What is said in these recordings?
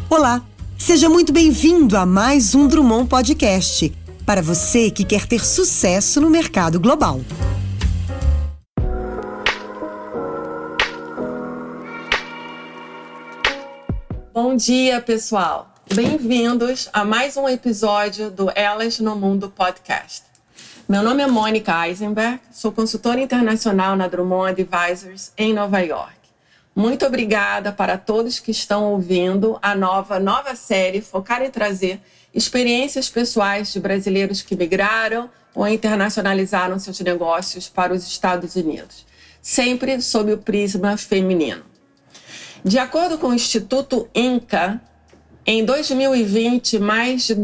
Olá, seja muito bem-vindo a mais um Drummond Podcast, para você que quer ter sucesso no mercado global. Bom dia, pessoal! Bem-vindos a mais um episódio do Elas no Mundo Podcast. Meu nome é Mônica Eisenberg, sou consultora internacional na Drummond Advisors em Nova York. Muito obrigada para todos que estão ouvindo a nova série focada em trazer experiências pessoais de brasileiros que migraram ou internacionalizaram seus negócios para os Estados Unidos, sempre sob o prisma feminino. De acordo com o Instituto INCA, em 2020, mais de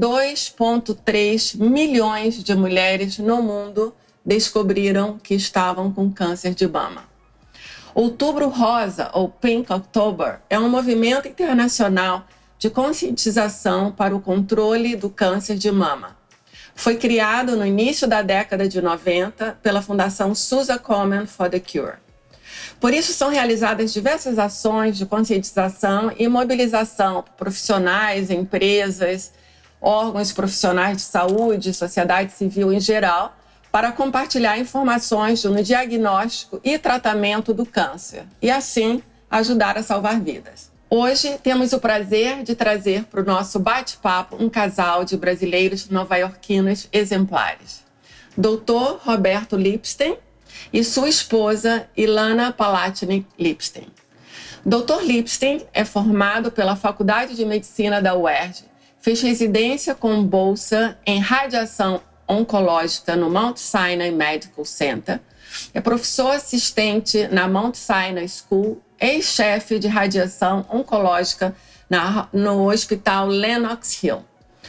2,3 milhões de mulheres no mundo descobriram que estavam com câncer de mama. Outubro Rosa, ou Pink October, é um movimento internacional de conscientização para o controle do câncer de mama. Foi criado no início da década de 90 pela Fundação Susan Komen for the Cure. Por isso, são realizadas diversas ações de conscientização e mobilização por profissionais, empresas, órgãos profissionais de saúde, sociedade civil em geral, para compartilhar informações no diagnóstico e tratamento do câncer e, assim, ajudar a salvar vidas. Hoje, temos o prazer de trazer para o nosso bate-papo um casal de brasileiros nova-iorquinos exemplares. Dr. Roberto Lipstein e sua esposa, Ilana Palatnik Lipstein. Dr. Lipstein é formado pela Faculdade de Medicina da UERJ, fez residência com bolsa em radiação oncológica no Mount Sinai Medical Center, é professor assistente na Mount Sinai School, ex-chefe de radiação oncológica no Hospital Lenox Hill.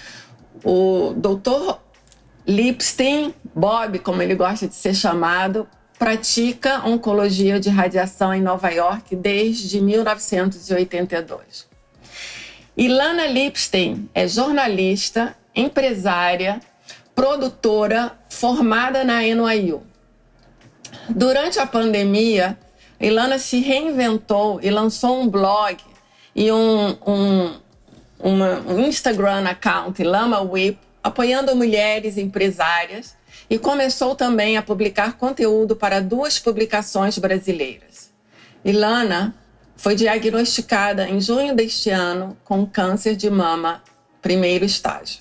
O Dr. Lipstein, Bob, como ele gosta de ser chamado, pratica oncologia de radiação em Nova York desde 1982. Ilana Lipstein é jornalista, empresária, produtora formada na NYU. Durante a pandemia, Ilana se reinventou e lançou um blog e um Instagram account, Ilana Whip, apoiando mulheres empresárias, e começou também a publicar conteúdo para 2 publicações brasileiras. Ilana foi diagnosticada em junho deste ano com câncer de mama, primeiro estágio.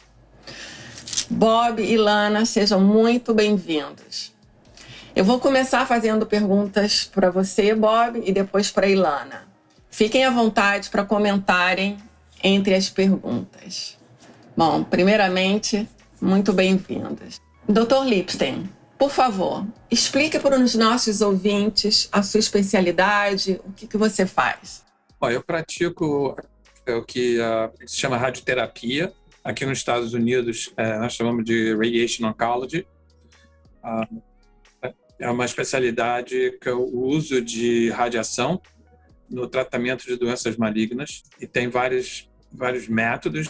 Bob e Ilana, sejam muito bem-vindos. Eu vou começar fazendo perguntas para você, Bob, e depois para a Ilana. Fiquem à vontade para comentarem entre as perguntas. Bom, primeiramente, muito bem-vindos. Dr. Lipstein, por favor, explique para os nossos ouvintes a sua especialidade, o que você faz. Eu pratico o que se chama radioterapia. Aqui nos Estados Unidos, nós chamamos de Radiation Oncology. É uma especialidade que é o uso de radiação no tratamento de doenças malignas, e tem vários métodos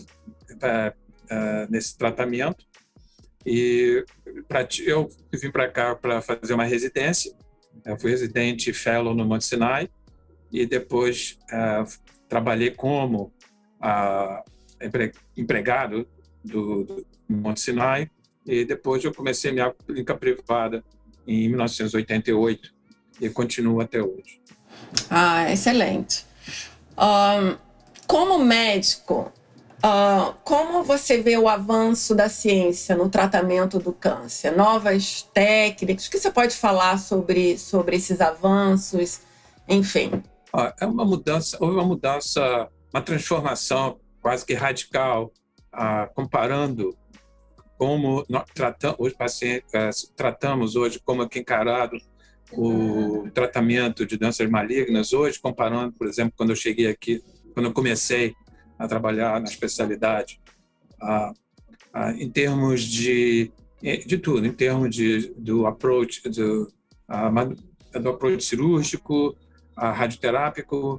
nesse tratamento. E eu vim para cá para fazer uma residência. Eu fui residente fellow no Mount Sinai e depois trabalhei como empregado do Mount Sinai, e depois eu comecei minha clínica privada em 1988 e continuo até hoje. Excelente. Como médico, como você vê o avanço da ciência no tratamento do câncer? Novas técnicas? O que você pode falar sobre esses avanços? Enfim. Houve uma mudança, uma transformação quase que radical, comparando como nós tratamos hoje, como é encarado o tratamento de doenças malignas hoje, comparando, por exemplo, quando eu cheguei aqui, quando eu comecei a trabalhar na especialidade, em termos de tudo, em termos do approach cirúrgico, radioterápico,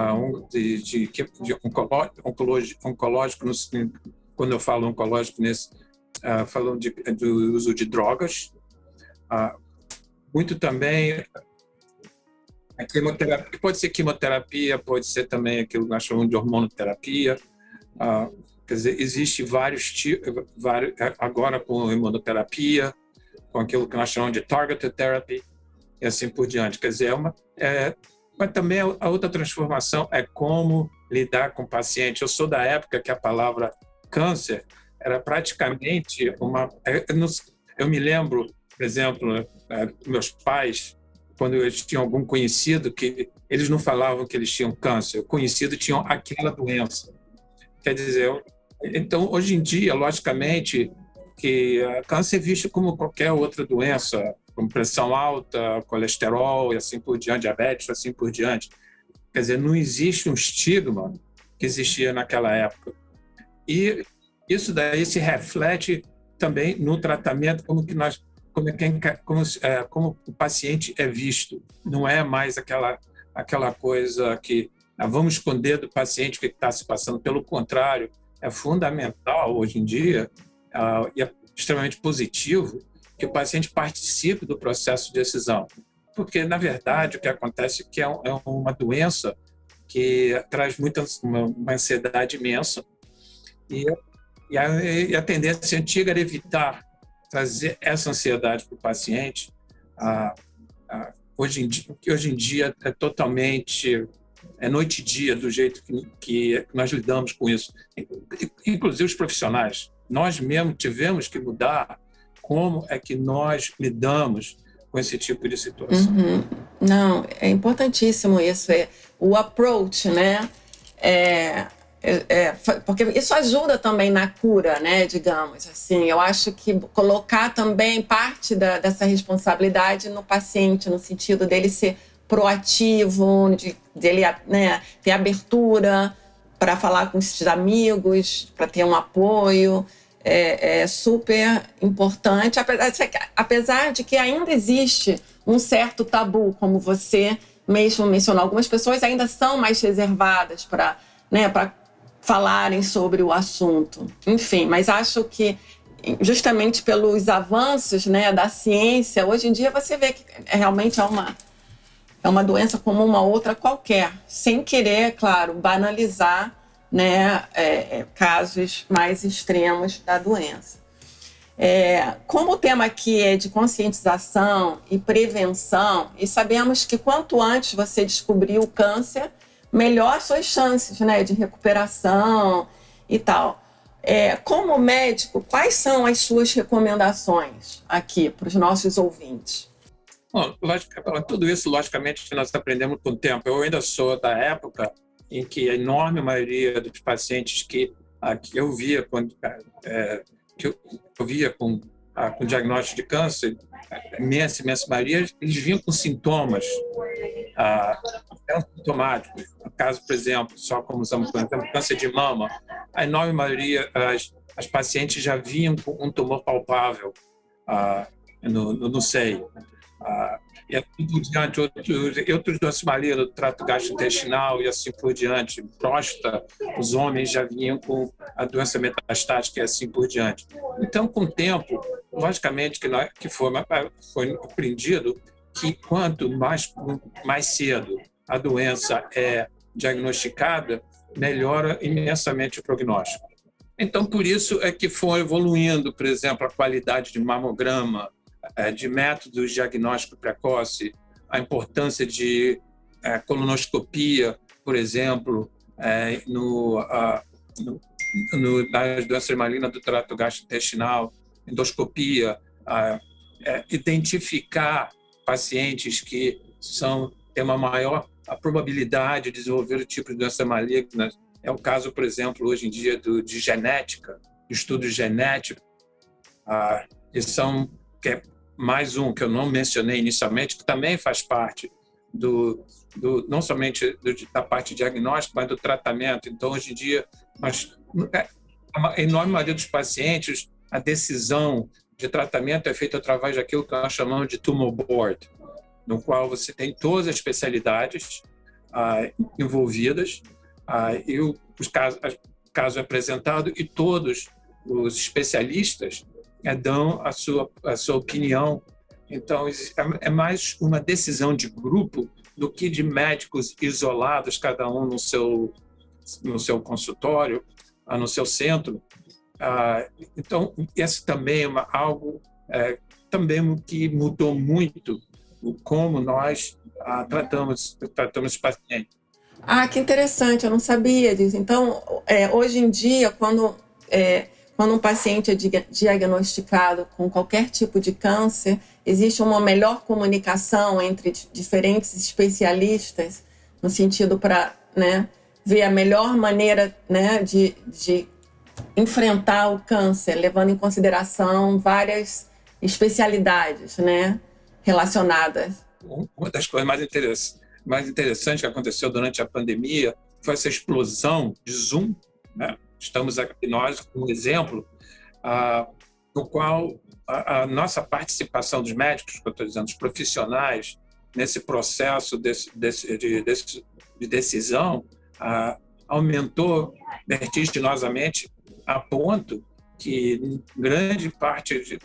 de oncológico, quando eu falo oncológico, falando do uso de drogas, muito também A quimioterapia, que pode ser quimioterapia, pode ser também aquilo que nós chamamos de hormonoterapia. Quer dizer, existe vários tipos, agora com imunoterapia, com aquilo que nós chamamos de targeted therapy, e assim por diante. Quer dizer, mas também a outra transformação é como lidar com o paciente. Eu sou da época que a palavra câncer era praticamente uma... Eu me lembro, por exemplo, meus pais, quando eles tinham algum conhecido, que eles não falavam que eles tinham câncer, o conhecido tinham aquela doença. Quer dizer, então, hoje em dia, logicamente, que câncer é visto como qualquer outra doença, como pressão alta, colesterol e assim por diante, diabetes, assim por diante. Quer dizer, não existe um estigma que existia naquela época. E isso daí se reflete também no tratamento, como o paciente é visto. Não é mais aquela coisa que vamos esconder do paciente o que está se passando. Pelo contrário, é fundamental hoje em dia e é extremamente positivo que o paciente participe do processo de decisão. Porque, na verdade, o que acontece é que é uma doença que traz uma ansiedade imensa e a tendência antiga era evitar trazer essa ansiedade para o paciente. Hoje em dia é totalmente noite e dia do jeito que nós lidamos com isso. Inclusive os profissionais. Nós mesmos tivemos que mudar como é que nós lidamos com esse tipo de situação. Uhum. Não, é importantíssimo isso. O approach, né? Porque isso ajuda também na cura, né? Digamos assim. Eu acho que colocar também parte dessa responsabilidade no paciente, no sentido dele ser proativo, dele, né, ter abertura para falar com esses amigos, para ter um apoio. É super importante, apesar de que ainda existe um certo tabu, como você mesmo mencionou. Algumas pessoas ainda são mais reservadas para falarem sobre o assunto. Enfim, mas acho que justamente pelos avanços, né, da ciência, hoje em dia você vê que realmente é uma doença como uma outra qualquer, sem querer, claro, banalizar, né, casos mais extremos da doença. Como o tema aqui é de conscientização e prevenção, e sabemos que quanto antes você descobrir o câncer, melhor suas chances, né, de recuperação e tal. Como médico, quais são as suas recomendações aqui para os nossos ouvintes? Bom, tudo isso, logicamente, nós aprendemos com o tempo. Eu ainda sou da época em que a enorme maioria dos pacientes que eu via com diagnóstico de câncer, imensa maioria, eles vinham com sintomas sintomáticos. No caso, por exemplo, só como usamos, por exemplo, câncer de mama, a enorme maioria, as pacientes já vinham com um tumor palpável no seio. E assim por diante, outros doenças malignas do trato gastrointestinal e assim por diante, próstata, os homens já vinham com a doença metastática e assim por diante. Então, com o tempo, logicamente que foi aprendido que quanto mais cedo a doença é diagnosticada, melhora imensamente o prognóstico. Então, por isso é que foi evoluindo, por exemplo, a qualidade de mamograma, de métodos de diagnóstico precoce, a importância de colonoscopia, por exemplo, nas doenças malignas do trato gastrointestinal, endoscopia, identificar pacientes que têm uma maior probabilidade de desenvolver o tipo de doença maligna. É o caso, por exemplo, hoje em dia de genética, estudos genéticos, que é mais um que eu não mencionei inicialmente, que também faz parte não somente da parte diagnóstica, mas do tratamento. Então, hoje em dia, a enorme maioria dos pacientes, a decisão de tratamento é feita através daquilo que nós chamamos de tumor board, no qual você tem todas as especialidades envolvidas e o caso é apresentado e todos os especialistas dão a sua opinião. Então, é mais uma decisão de grupo do que de médicos isolados, cada um no seu consultório, no seu centro. Então, esse também é algo também que mudou muito como nós tratamos os pacientes. Que interessante, eu não sabia disso. Então, hoje em dia, quando um paciente é diagnosticado com qualquer tipo de câncer, existe uma melhor comunicação entre diferentes especialistas, no sentido para, né, ver a melhor maneira, né, de enfrentar o câncer, levando em consideração várias especialidades, né, relacionadas. Uma das coisas mais interessantes que aconteceu durante a pandemia foi essa explosão de Zoom, né? Estamos aqui nós com um exemplo no qual a nossa participação dos médicos, que eu estou dizendo, dos profissionais, nesse processo de decisão, aumentou vertiginosamente a ponto que grande parte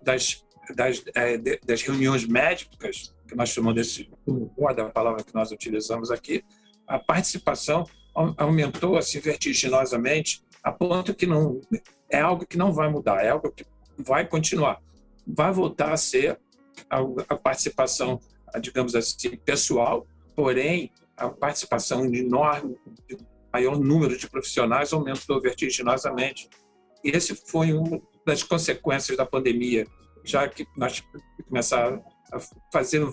das reuniões médicas, que nós chamamos desse da palavra que nós utilizamos aqui, a participação aumentou assim vertiginosamente, a ponto que não é algo que não vai mudar, é algo que vai continuar, vai voltar a ser a participação, digamos assim, pessoal, porém a participação de maior número de profissionais aumentou vertiginosamente. E esse foi uma das consequências da pandemia, já que nós começamos a fazer,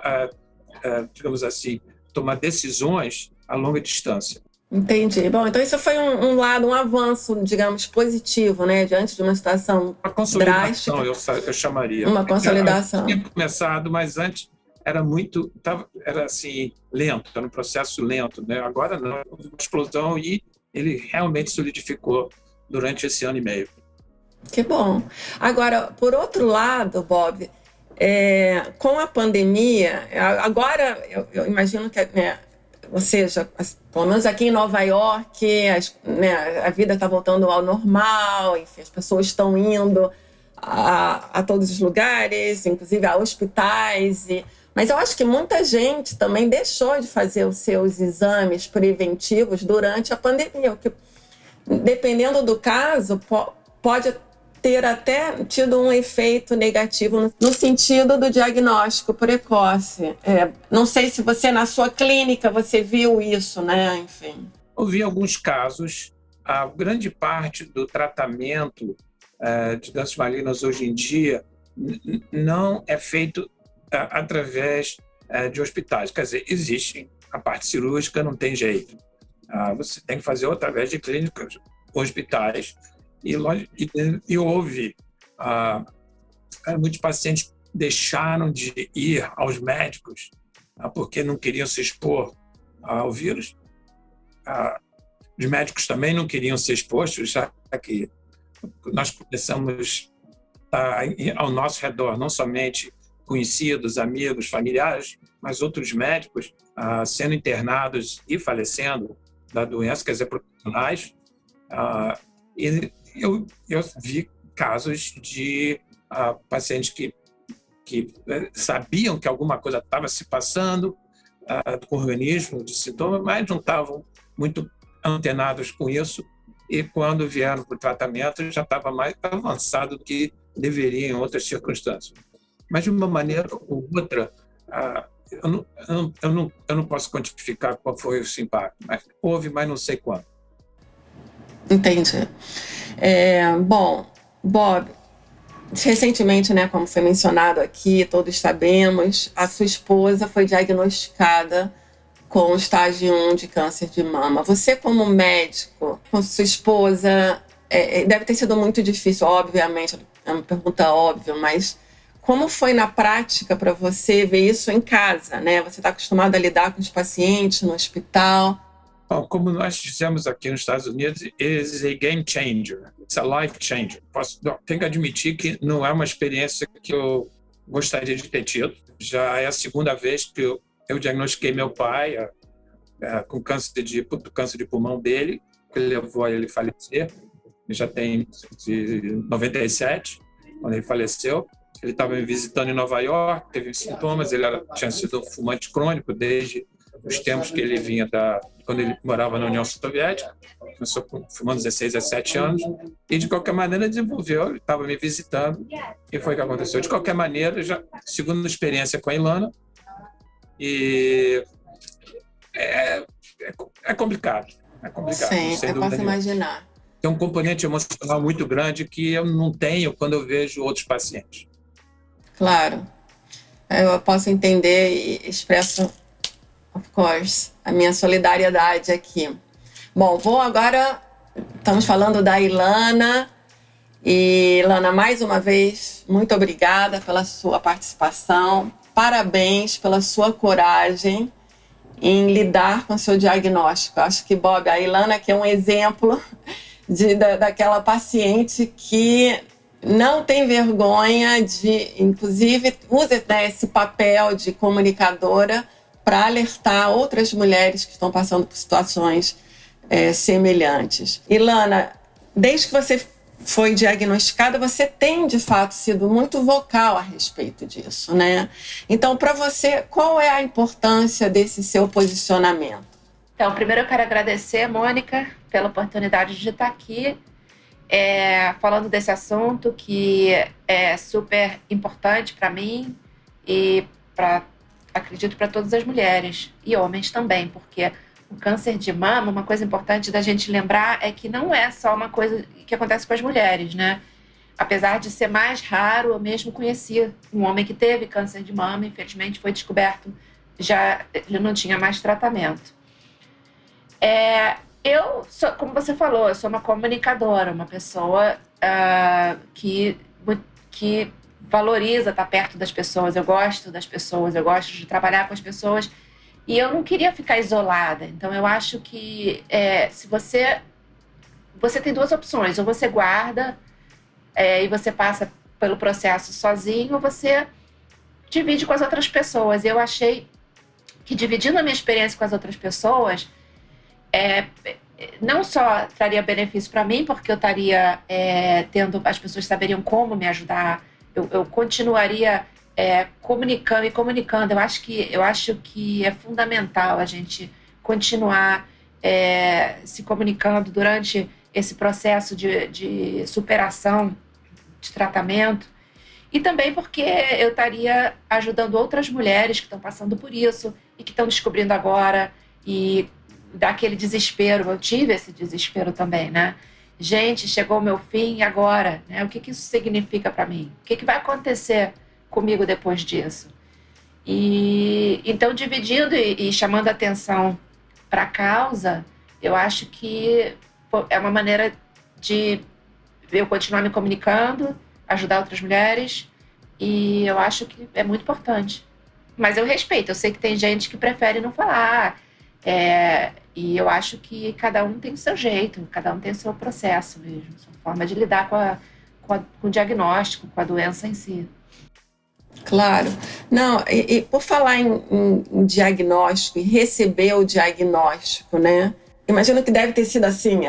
digamos assim, tomar decisões a longa distância. Entendi. Bom, então isso foi um avanço, digamos, positivo, né? Diante de uma situação uma consolidação, drástica. Eu chamaria. Uma consolidação. Tinha começado, mas antes era assim, lento, era um processo lento, né? Agora não, uma explosão e ele realmente solidificou durante esse ano e meio. Que bom. Agora, por outro lado, Bob, com a pandemia, agora eu imagino que, né, ou seja, pelo menos aqui em Nova York, a vida está voltando ao normal, enfim, as pessoas estão indo a todos os lugares, inclusive a hospitais. Mas eu acho que muita gente também deixou de fazer os seus exames preventivos durante a pandemia, o que, dependendo do caso, pode ter até tido um efeito negativo no sentido do diagnóstico precoce. Não sei se você, na sua clínica, você viu isso, né? Enfim. Houve alguns casos. A grande parte do tratamento de doenças malignas hoje em dia não é feito através de hospitais. Quer dizer, existe a parte cirúrgica, não tem jeito. Você tem que fazer através de clínicas, hospitais. E houve muitos pacientes deixaram de ir aos médicos porque não queriam se expor ao vírus. Os médicos também não queriam ser expostos, já que nós começamos ao nosso redor, não somente conhecidos, amigos, familiares, mas outros médicos sendo internados e falecendo da doença, quer dizer, profissionais. Eu vi casos de pacientes que sabiam que alguma coisa estava se passando com o organismo, de sintomas, mas não estavam muito antenados com isso, e quando vieram para o tratamento já estava mais avançado do que deveria em outras circunstâncias. Mas, de uma maneira ou outra, eu não posso quantificar qual foi esse impacto, mas houve, mas não sei quanto. Entendi. Bom, Bob, recentemente, né, como foi mencionado aqui, todos sabemos, a sua esposa foi diagnosticada com estágio 1 de câncer de mama. Você, como médico, com sua esposa, deve ter sido muito difícil, obviamente, é uma pergunta óbvia, mas como foi na prática para você ver isso em casa, né? Você está acostumado a lidar com os pacientes no hospital. Bom, como nós dizemos aqui nos Estados Unidos, it is a game changer, it's a life changer. Tenho que admitir que não é uma experiência que eu gostaria de ter tido. Já é a segunda vez que eu diagnostiquei meu pai com câncer de pulmão dele, que levou a ele falecer. Ele já tem de 97, quando ele faleceu. Ele estava me visitando em Nova York, teve sintomas, ele tinha sido fumante crônico desde os tempos que ele vinha quando ele morava na União Soviética, começou fumando 16, 17 anos, e de qualquer maneira desenvolveu, ele estava me visitando, e foi o que aconteceu. De qualquer maneira, já segundo experiência com a Ilana, e é complicado. É complicado, Sim, sem eu dúvida posso nenhuma. imaginar. Tem um componente emocional muito grande que eu não tenho quando eu vejo outros pacientes. Claro. Eu posso entender e expresso, of course, a minha solidariedade aqui. Bom, estamos falando da Ilana. E, Ilana, mais uma vez, muito obrigada pela sua participação. Parabéns pela sua coragem em lidar com o seu diagnóstico. Acho que, Bob, a Ilana aqui é um exemplo daquela paciente que não tem vergonha de, inclusive, usa, né, esse papel de comunicadora para alertar outras mulheres que estão passando por situações semelhantes. Ilana, desde que você foi diagnosticada, você tem, de fato, sido muito vocal a respeito disso, né? Então, para você, qual é a importância desse seu posicionamento? Então, primeiro eu quero agradecer, Mônica, pela oportunidade de estar aqui falando desse assunto que é super importante para mim e, acredito, para todas as mulheres e homens também, porque o câncer de mama, uma coisa importante da gente lembrar é que não é só uma coisa que acontece com as mulheres, né? Apesar de ser mais raro, eu mesmo conheci um homem que teve câncer de mama, infelizmente foi descoberto, ele não tinha mais tratamento. Eu sou, como você falou, eu sou uma comunicadora, uma pessoa que valoriza estar perto das pessoas, eu gosto das pessoas, eu gosto de trabalhar com as pessoas. E eu não queria ficar isolada. Então, eu acho que se você tem duas opções. Ou você guarda e você passa pelo processo sozinho, ou você divide com as outras pessoas. E eu achei que dividindo a minha experiência com as outras pessoas, não só traria benefício para mim, porque eu estaria as pessoas saberiam como me ajudar, eu continuaria comunicando. Eu acho que é fundamental a gente continuar se comunicando durante esse processo de superação, de tratamento. E também porque eu estaria ajudando outras mulheres que estão passando por isso e que estão descobrindo agora e dá aquele desespero. Eu tive esse desespero também, né? Gente, chegou o meu fim e agora? Né? O que isso significa para mim? O que vai acontecer comigo depois disso? E então, dividindo e chamando a atenção para a causa, eu acho que é uma maneira de eu continuar me comunicando, ajudar outras mulheres, e eu acho que é muito importante. Mas eu respeito, eu sei que tem gente que prefere não falar, e eu acho que cada um tem o seu jeito, cada um tem o seu processo mesmo, sua forma de lidar com o diagnóstico, com a doença em si. Claro. Não, e por falar em diagnóstico e receber o diagnóstico, né? Imagino que deve ter sido assim,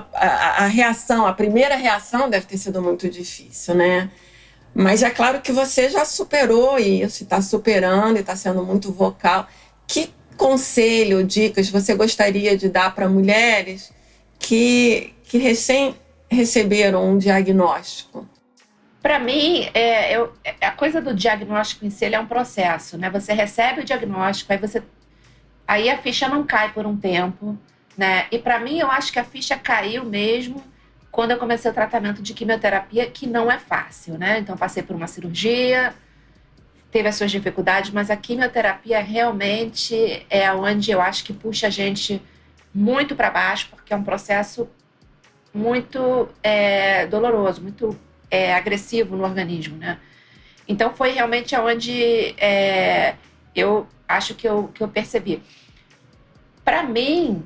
a primeira reação deve ter sido muito difícil, né? Mas é claro que você já superou isso, está superando e está sendo muito vocal. Que conselho, dicas você gostaria de dar para mulheres que recém receberam um diagnóstico? Para mim, a coisa do diagnóstico em si é um processo, né? Você recebe o diagnóstico, aí a ficha não cai por um tempo, né? E para mim, eu acho que a ficha caiu mesmo quando eu comecei o tratamento de quimioterapia, que não é fácil, né? Então, passei por uma cirurgia, teve as suas dificuldades, mas a quimioterapia realmente é onde eu acho que puxa a gente muito para baixo, porque é um processo muito doloroso, muito agressivo no organismo, né? Então foi realmente onde eu acho que eu percebi. Para mim,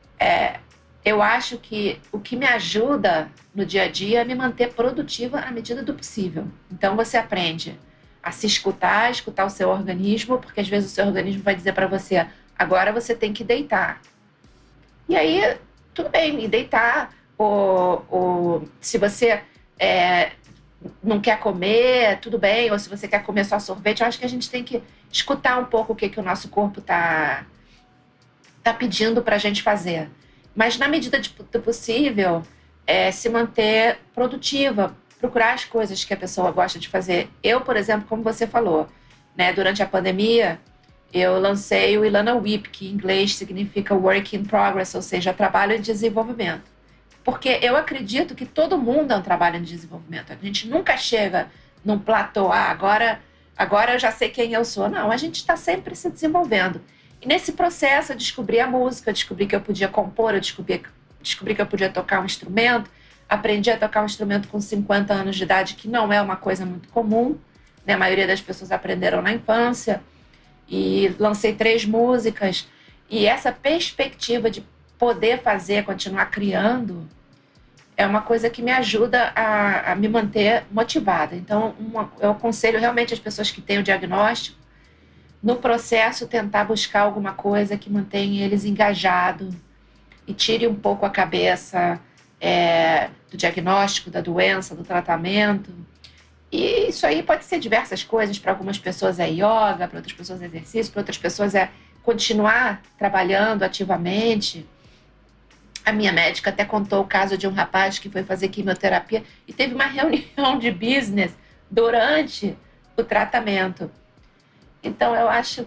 eu acho que o que me ajuda no dia a dia é me manter produtiva à medida do possível. Então você aprende a se escutar o seu organismo, porque às vezes o seu organismo vai dizer para você, agora você tem que deitar. E aí, tudo bem, me deitar, ou se você não quer comer, tudo bem, ou se você quer comer só sorvete, eu acho que a gente tem que escutar um pouco o que o nosso corpo tá pedindo para a gente fazer. Mas na medida do possível, se manter produtiva, procurar as coisas que a pessoa gosta de fazer. Eu, por exemplo, como você falou, né, durante a pandemia, eu lancei o Ilana WIP, que em inglês significa Work in Progress, ou seja, trabalho em desenvolvimento. Porque eu acredito que todo mundo é um trabalho em desenvolvimento. A gente nunca chega num platô, agora eu já sei quem eu sou. Não, a gente está sempre se desenvolvendo. E nesse processo eu descobri a música, descobri que eu podia compor, eu descobri que eu podia tocar um instrumento, aprendi a tocar um instrumento com 50 anos de idade, que não é uma coisa muito comum, né? A maioria das pessoas aprenderam na infância, e lancei 3 músicas, e essa perspectiva de poder fazer, continuar criando, é uma coisa que me ajuda a me manter motivada. Então, eu aconselho realmente as pessoas que têm o diagnóstico, no processo, tentar buscar alguma coisa que mantenha eles engajados e tire um pouco a cabeça do diagnóstico, da doença, do tratamento. E isso aí pode ser diversas coisas. Para algumas pessoas é yoga, para outras pessoas é exercício, para outras pessoas é continuar trabalhando ativamente. A minha médica até contou o caso de um rapaz que foi fazer quimioterapia e teve uma reunião de business durante o tratamento. Então, eu acho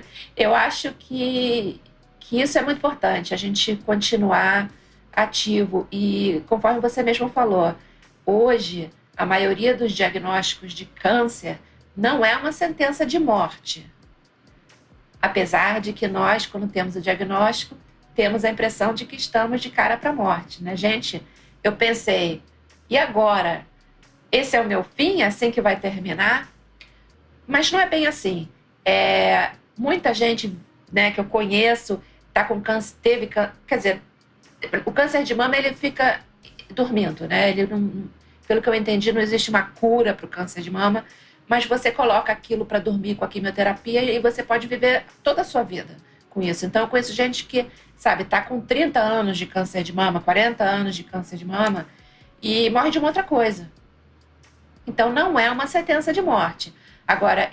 que isso é muito importante, a gente continuar ativo. E, conforme você mesmo falou, hoje, a maioria dos diagnósticos de câncer não é uma sentença de morte. Apesar de que nós, quando temos o diagnóstico, temos a impressão de que estamos de cara para a morte, né, gente? Eu pensei, e agora? Esse é o meu fim? É assim que vai terminar? Mas não é bem assim. Muita gente, né, que eu conheço tá com câncer, quer dizer, o câncer de mama ele fica dormindo, né? Ele não, pelo que eu entendi, não existe uma cura para o câncer de mama, mas você coloca aquilo para dormir com a quimioterapia e você pode viver toda a sua vida com isso. Então eu conheço gente que, sabe, tá com 30 anos de câncer de mama, 40 anos de câncer de mama e morre de uma outra coisa. Então não é uma sentença de morte. Agora,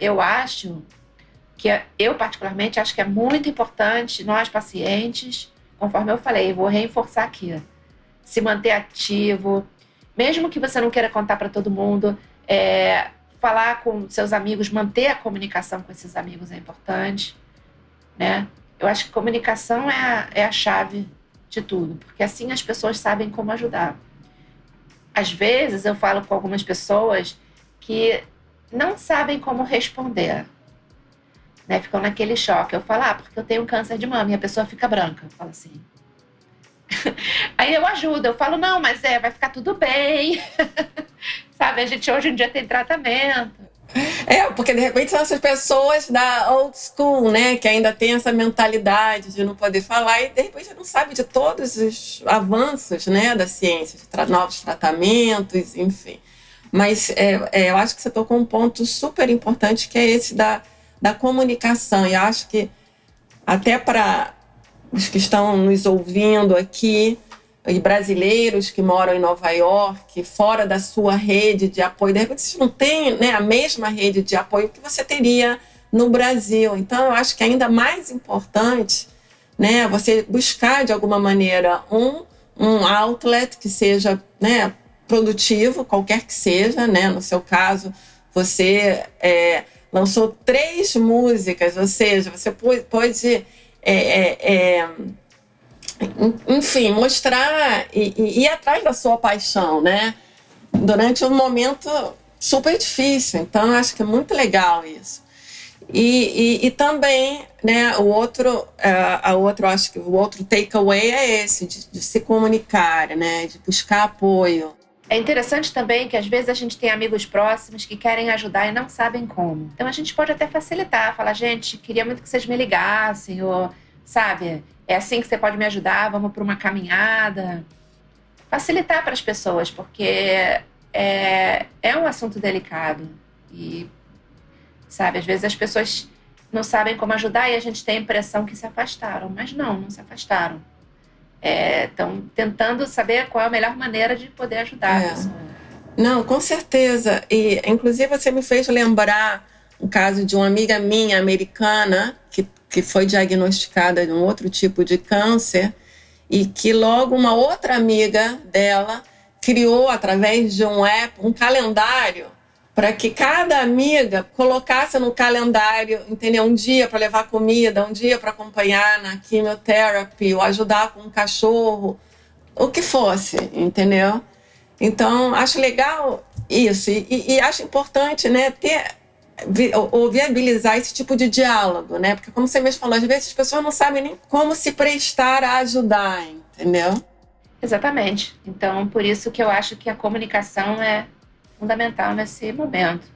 eu particularmente acho que é muito importante nós pacientes, conforme eu falei, vou reforçar aqui, se manter ativo, mesmo que você não queira contar para todo mundo, falar com seus amigos, manter a comunicação com esses amigos é importante, né? Eu acho que comunicação é a chave de tudo, porque assim as pessoas sabem como ajudar. Às vezes eu falo com algumas pessoas que não sabem como responder, né? Ficam naquele choque. Eu falo, porque eu tenho câncer de mama, e a pessoa fica branca. Eu falo assim. Aí eu ajudo, eu falo, não, mas vai ficar tudo bem. Sabe, a gente hoje em dia tem tratamento. Porque de repente são essas pessoas da old school, né, que ainda tem essa mentalidade de não poder falar e de repente não sabe de todos os avanços, né, da ciência, de novos tratamentos, enfim. Mas eu acho que você tocou um ponto super importante, que é esse da comunicação. E acho que até para os que estão nos ouvindo aqui, e brasileiros que moram em Nova York, fora da sua rede de apoio, de repente vocês não têm, né, a mesma rede de apoio que você teria no Brasil. Então, eu acho que é ainda mais importante, né, você buscar, de alguma maneira, um outlet que seja, né, produtivo, qualquer que seja, né? No seu caso, você lançou 3 músicas, ou seja, você pôde enfim, mostrar e ir atrás da sua paixão, né? Durante um momento super difícil. Então, eu acho que é muito legal isso. E também, né, acho que o outro takeaway é esse, de se comunicar, né? De buscar apoio. É interessante também que às vezes a gente tem amigos próximos que querem ajudar e não sabem como. Então a gente pode até facilitar, falar, gente, queria muito que vocês me ligassem, ou, sabe, é assim que você pode me ajudar, vamos para uma caminhada. Facilitar para as pessoas, porque é um assunto delicado. E, sabe, às vezes as pessoas não sabem como ajudar e a gente tem a impressão que se afastaram, mas não se afastaram. Estão tentando saber qual é a melhor maneira de poder ajudar a pessoa. Não, com certeza. E, inclusive, você me fez lembrar um caso de uma amiga minha, americana, que foi diagnosticada de um outro tipo de câncer e que logo uma outra amiga dela criou, através de um app, um calendário para que cada amiga colocasse no calendário, entendeu? Um dia para levar comida, um dia para acompanhar na quimioterapia, ou ajudar com um cachorro, o que fosse, entendeu? Então, acho legal isso. E acho importante, né, ou viabilizar esse tipo de diálogo, né? Porque, como você mesmo falou, às vezes as pessoas não sabem nem como se prestar a ajudar, entendeu? Exatamente. Então, por isso que eu acho que a comunicação é fundamental nesse momento.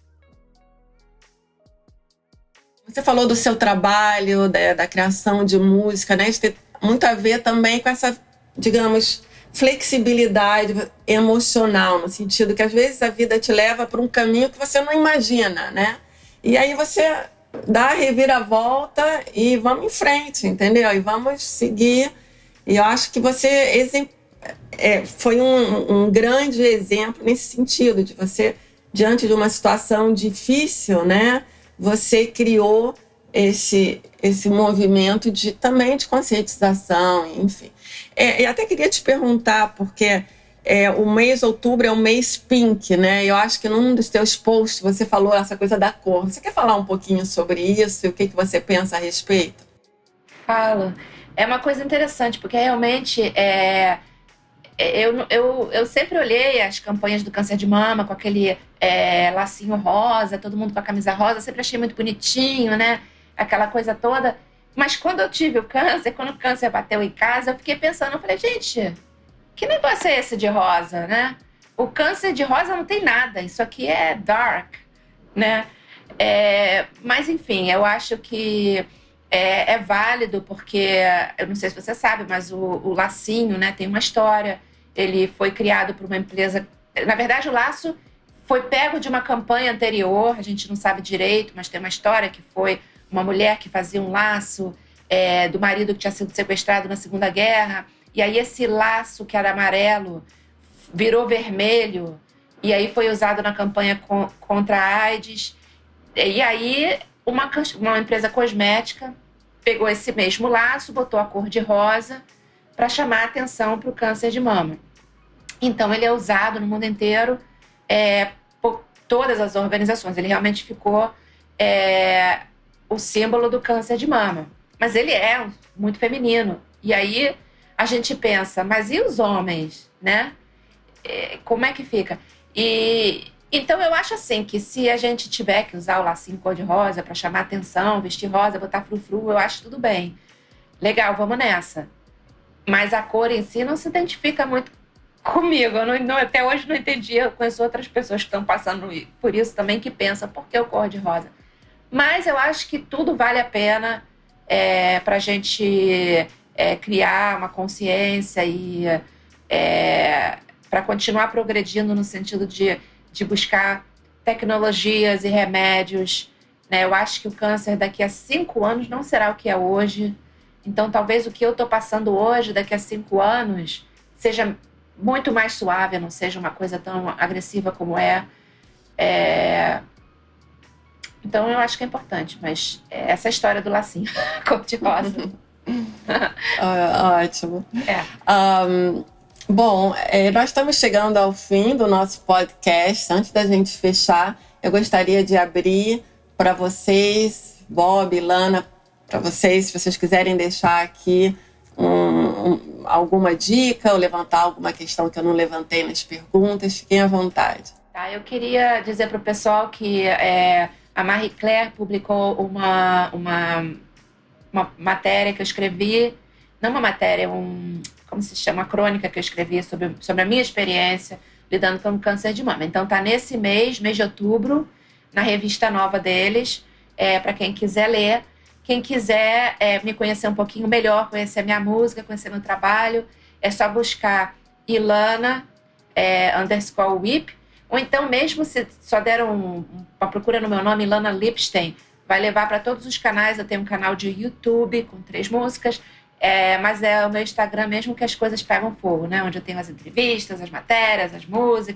Você falou do seu trabalho, da criação de música, né? Isso tem muito a ver também com essa, digamos, flexibilidade emocional, no sentido que às vezes a vida te leva para um caminho que você não imagina, né? E aí você dá a reviravolta e vamos em frente, entendeu? E vamos seguir. E eu acho que você foi um grande exemplo nesse sentido, de você, diante de uma situação difícil, né? Você criou esse movimento também de conscientização, enfim. E até queria te perguntar, porque o mês de outubro é o mês Pink, né? Eu acho que num dos teus posts você falou essa coisa da cor. Você quer falar um pouquinho sobre isso e o que você pensa a respeito? Falo. É uma coisa interessante, porque realmente eu sempre olhei as campanhas do câncer de mama com aquele lacinho rosa, todo mundo com a camisa rosa, sempre achei muito bonitinho, né? Aquela coisa toda. Mas quando eu tive o câncer, quando o câncer bateu em casa, eu fiquei pensando, eu falei, gente, que negócio é esse de rosa, né? O câncer de rosa não tem nada, isso aqui é dark, né? Mas enfim, eu acho que é válido, porque, eu não sei se você sabe, mas o lacinho, né, tem uma história. Ele foi criado por uma empresa... Na verdade, o laço foi pego de uma campanha anterior, a gente não sabe direito, mas tem uma história que foi uma mulher que fazia um laço do marido que tinha sido sequestrado na Segunda Guerra, e aí esse laço que era amarelo virou vermelho, e aí foi usado na campanha contra a AIDS. E aí uma empresa cosmética pegou esse mesmo laço, botou a cor de rosa para chamar a atenção para o câncer de mama. Então ele é usado no mundo inteiro por todas as organizações. Ele realmente ficou o símbolo do câncer de mama. Mas ele é muito feminino. E aí a gente pensa, mas e os homens, né? Como é que fica? Então eu acho assim, que se a gente tiver que usar o lacinho cor-de-rosa para chamar atenção, vestir rosa, botar frufru, eu acho tudo bem. Legal, vamos nessa. Mas a cor em si não se identifica muito comigo. Até hoje não entendi. Eu conheço outras pessoas que estão passando por isso também, que pensam, por que o cor-de-rosa? Mas eu acho que tudo vale a pena para a gente criar uma consciência e para continuar progredindo no sentido de buscar tecnologias e remédios, né? Eu acho que o câncer daqui a 5 anos não será o que é hoje. Então, talvez o que eu estou passando hoje, daqui a 5 anos, seja muito mais suave, não seja uma coisa tão agressiva como é. Então, eu acho que é importante, mas essa história do lacinho cor-de-rosa. Ótimo. Bom, nós estamos chegando ao fim do nosso podcast. Antes da gente fechar, eu gostaria de abrir para vocês, Bob, Lana, para vocês, se vocês quiserem deixar aqui alguma dica ou levantar alguma questão que eu não levantei nas perguntas, fiquem à vontade. Tá, eu queria dizer para o pessoal que a Marie Claire publicou uma matéria que eu escrevi, não uma matéria, como se chama, uma crônica que eu escrevi sobre a minha experiência lidando com o câncer de mama. Então tá nesse mês de outubro, na revista nova deles, para quem quiser ler. Quem quiser me conhecer um pouquinho melhor, conhecer a minha música, conhecer meu trabalho, é só buscar Ilana _Whip, ou então mesmo se só deram uma procura no meu nome, Ilana Lipstein, vai levar para todos os canais. Eu tenho um canal de YouTube com 3 músicas, mas o meu Instagram mesmo que as coisas pegam fogo, né? Onde eu tenho as entrevistas, as matérias, as músicas,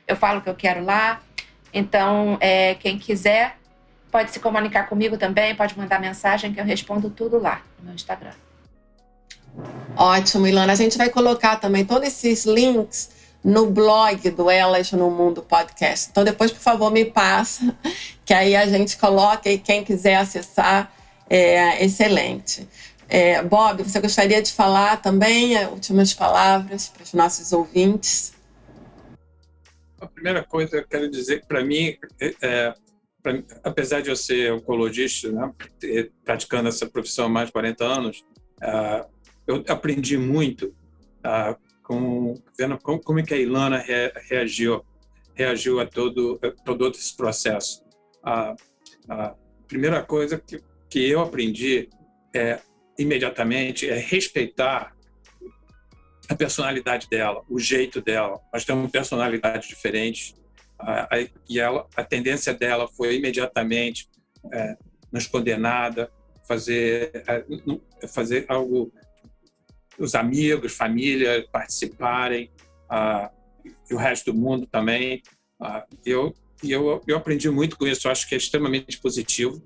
eu falo que eu quero lá. Então, quem quiser pode se comunicar comigo também, pode mandar mensagem que eu respondo tudo lá no meu Instagram. Ótimo, Ilana. A gente vai colocar também todos esses links no blog do Elas no Mundo Podcast. Então, depois, por favor, me passa, que aí a gente coloca e quem quiser acessar, excelente. Bob, você gostaria de falar também últimas palavras para os nossos ouvintes? A primeira coisa que eu quero dizer que, para mim, apesar de eu ser oncologista, né, praticando essa profissão há mais de 40 anos, eu aprendi muito vendo como é que a Ilana reagiu a todo esse processo. A primeira coisa que eu aprendi imediatamente é respeitar a personalidade dela, o jeito dela. Nós temos personalidades diferentes e a tendência dela foi imediatamente nos condenar, fazer algo, os amigos, família participarem, e o resto do mundo também. Eu aprendi muito com isso. Eu acho que é extremamente positivo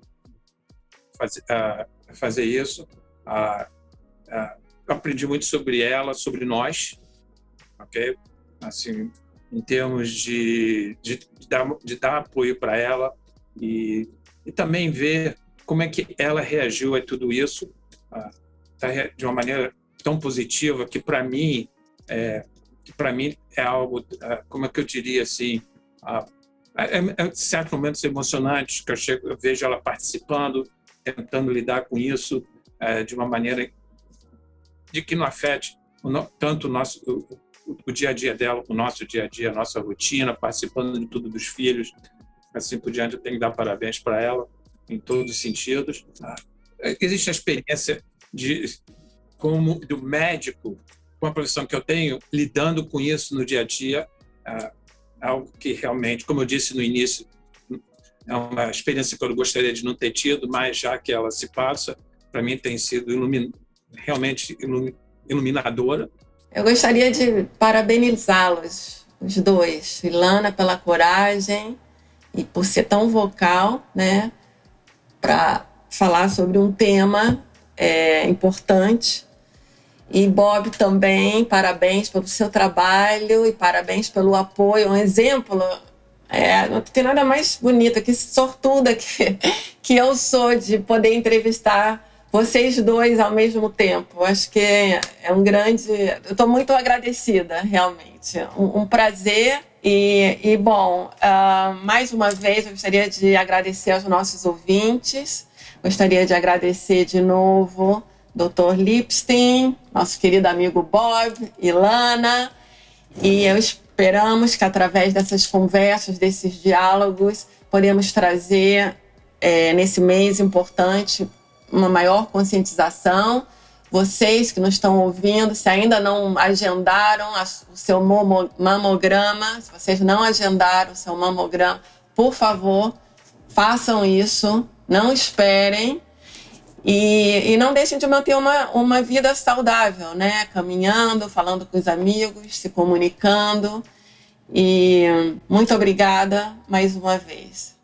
fazer isso. Eu aprendi muito sobre ela, sobre nós, ok? Assim, em termos de dar apoio para ela e também ver como é que ela reagiu a tudo isso de uma maneira tão positiva que para mim é algo, como é que eu diria assim, certos momentos emocionantes que eu vejo ela participando, tentando lidar com isso de uma maneira de que não afete tanto o dia a dia dela, o nosso dia a dia, a nossa rotina, participando de tudo dos filhos, assim por diante. Eu tenho que dar parabéns para ela em todos os sentidos. Existe a experiência do médico, com a profissão que eu tenho, lidando com isso no dia a dia, algo que realmente, como eu disse no início, é uma experiência que eu gostaria de não ter tido, mas já que ela se passa, para mim tem sido realmente iluminadora. Eu gostaria de parabenizá-los, os dois. Ilana pela coragem e por ser tão vocal, né, para falar sobre um tema importante. E Bob também, parabéns pelo seu trabalho e parabéns pelo apoio, um exemplo. Não tem nada mais bonito, que sortuda que eu sou de poder entrevistar vocês dois ao mesmo tempo. Acho que é um grande... Eu estou muito agradecida, realmente. Um prazer. Bom, mais uma vez eu gostaria de agradecer aos nossos ouvintes. Gostaria de agradecer de novo Dr. Lipstein, nosso querido amigo Bob, Ilana. E esperamos que através dessas conversas, desses diálogos, podemos trazer nesse mês importante uma maior conscientização. Vocês que nos estão ouvindo, se ainda não agendaram o seu mamograma, se vocês não agendaram o seu mamograma, por favor, façam isso, não esperem e não deixem de manter uma vida saudável, né? Caminhando, falando com os amigos, se comunicando. E muito obrigada mais uma vez.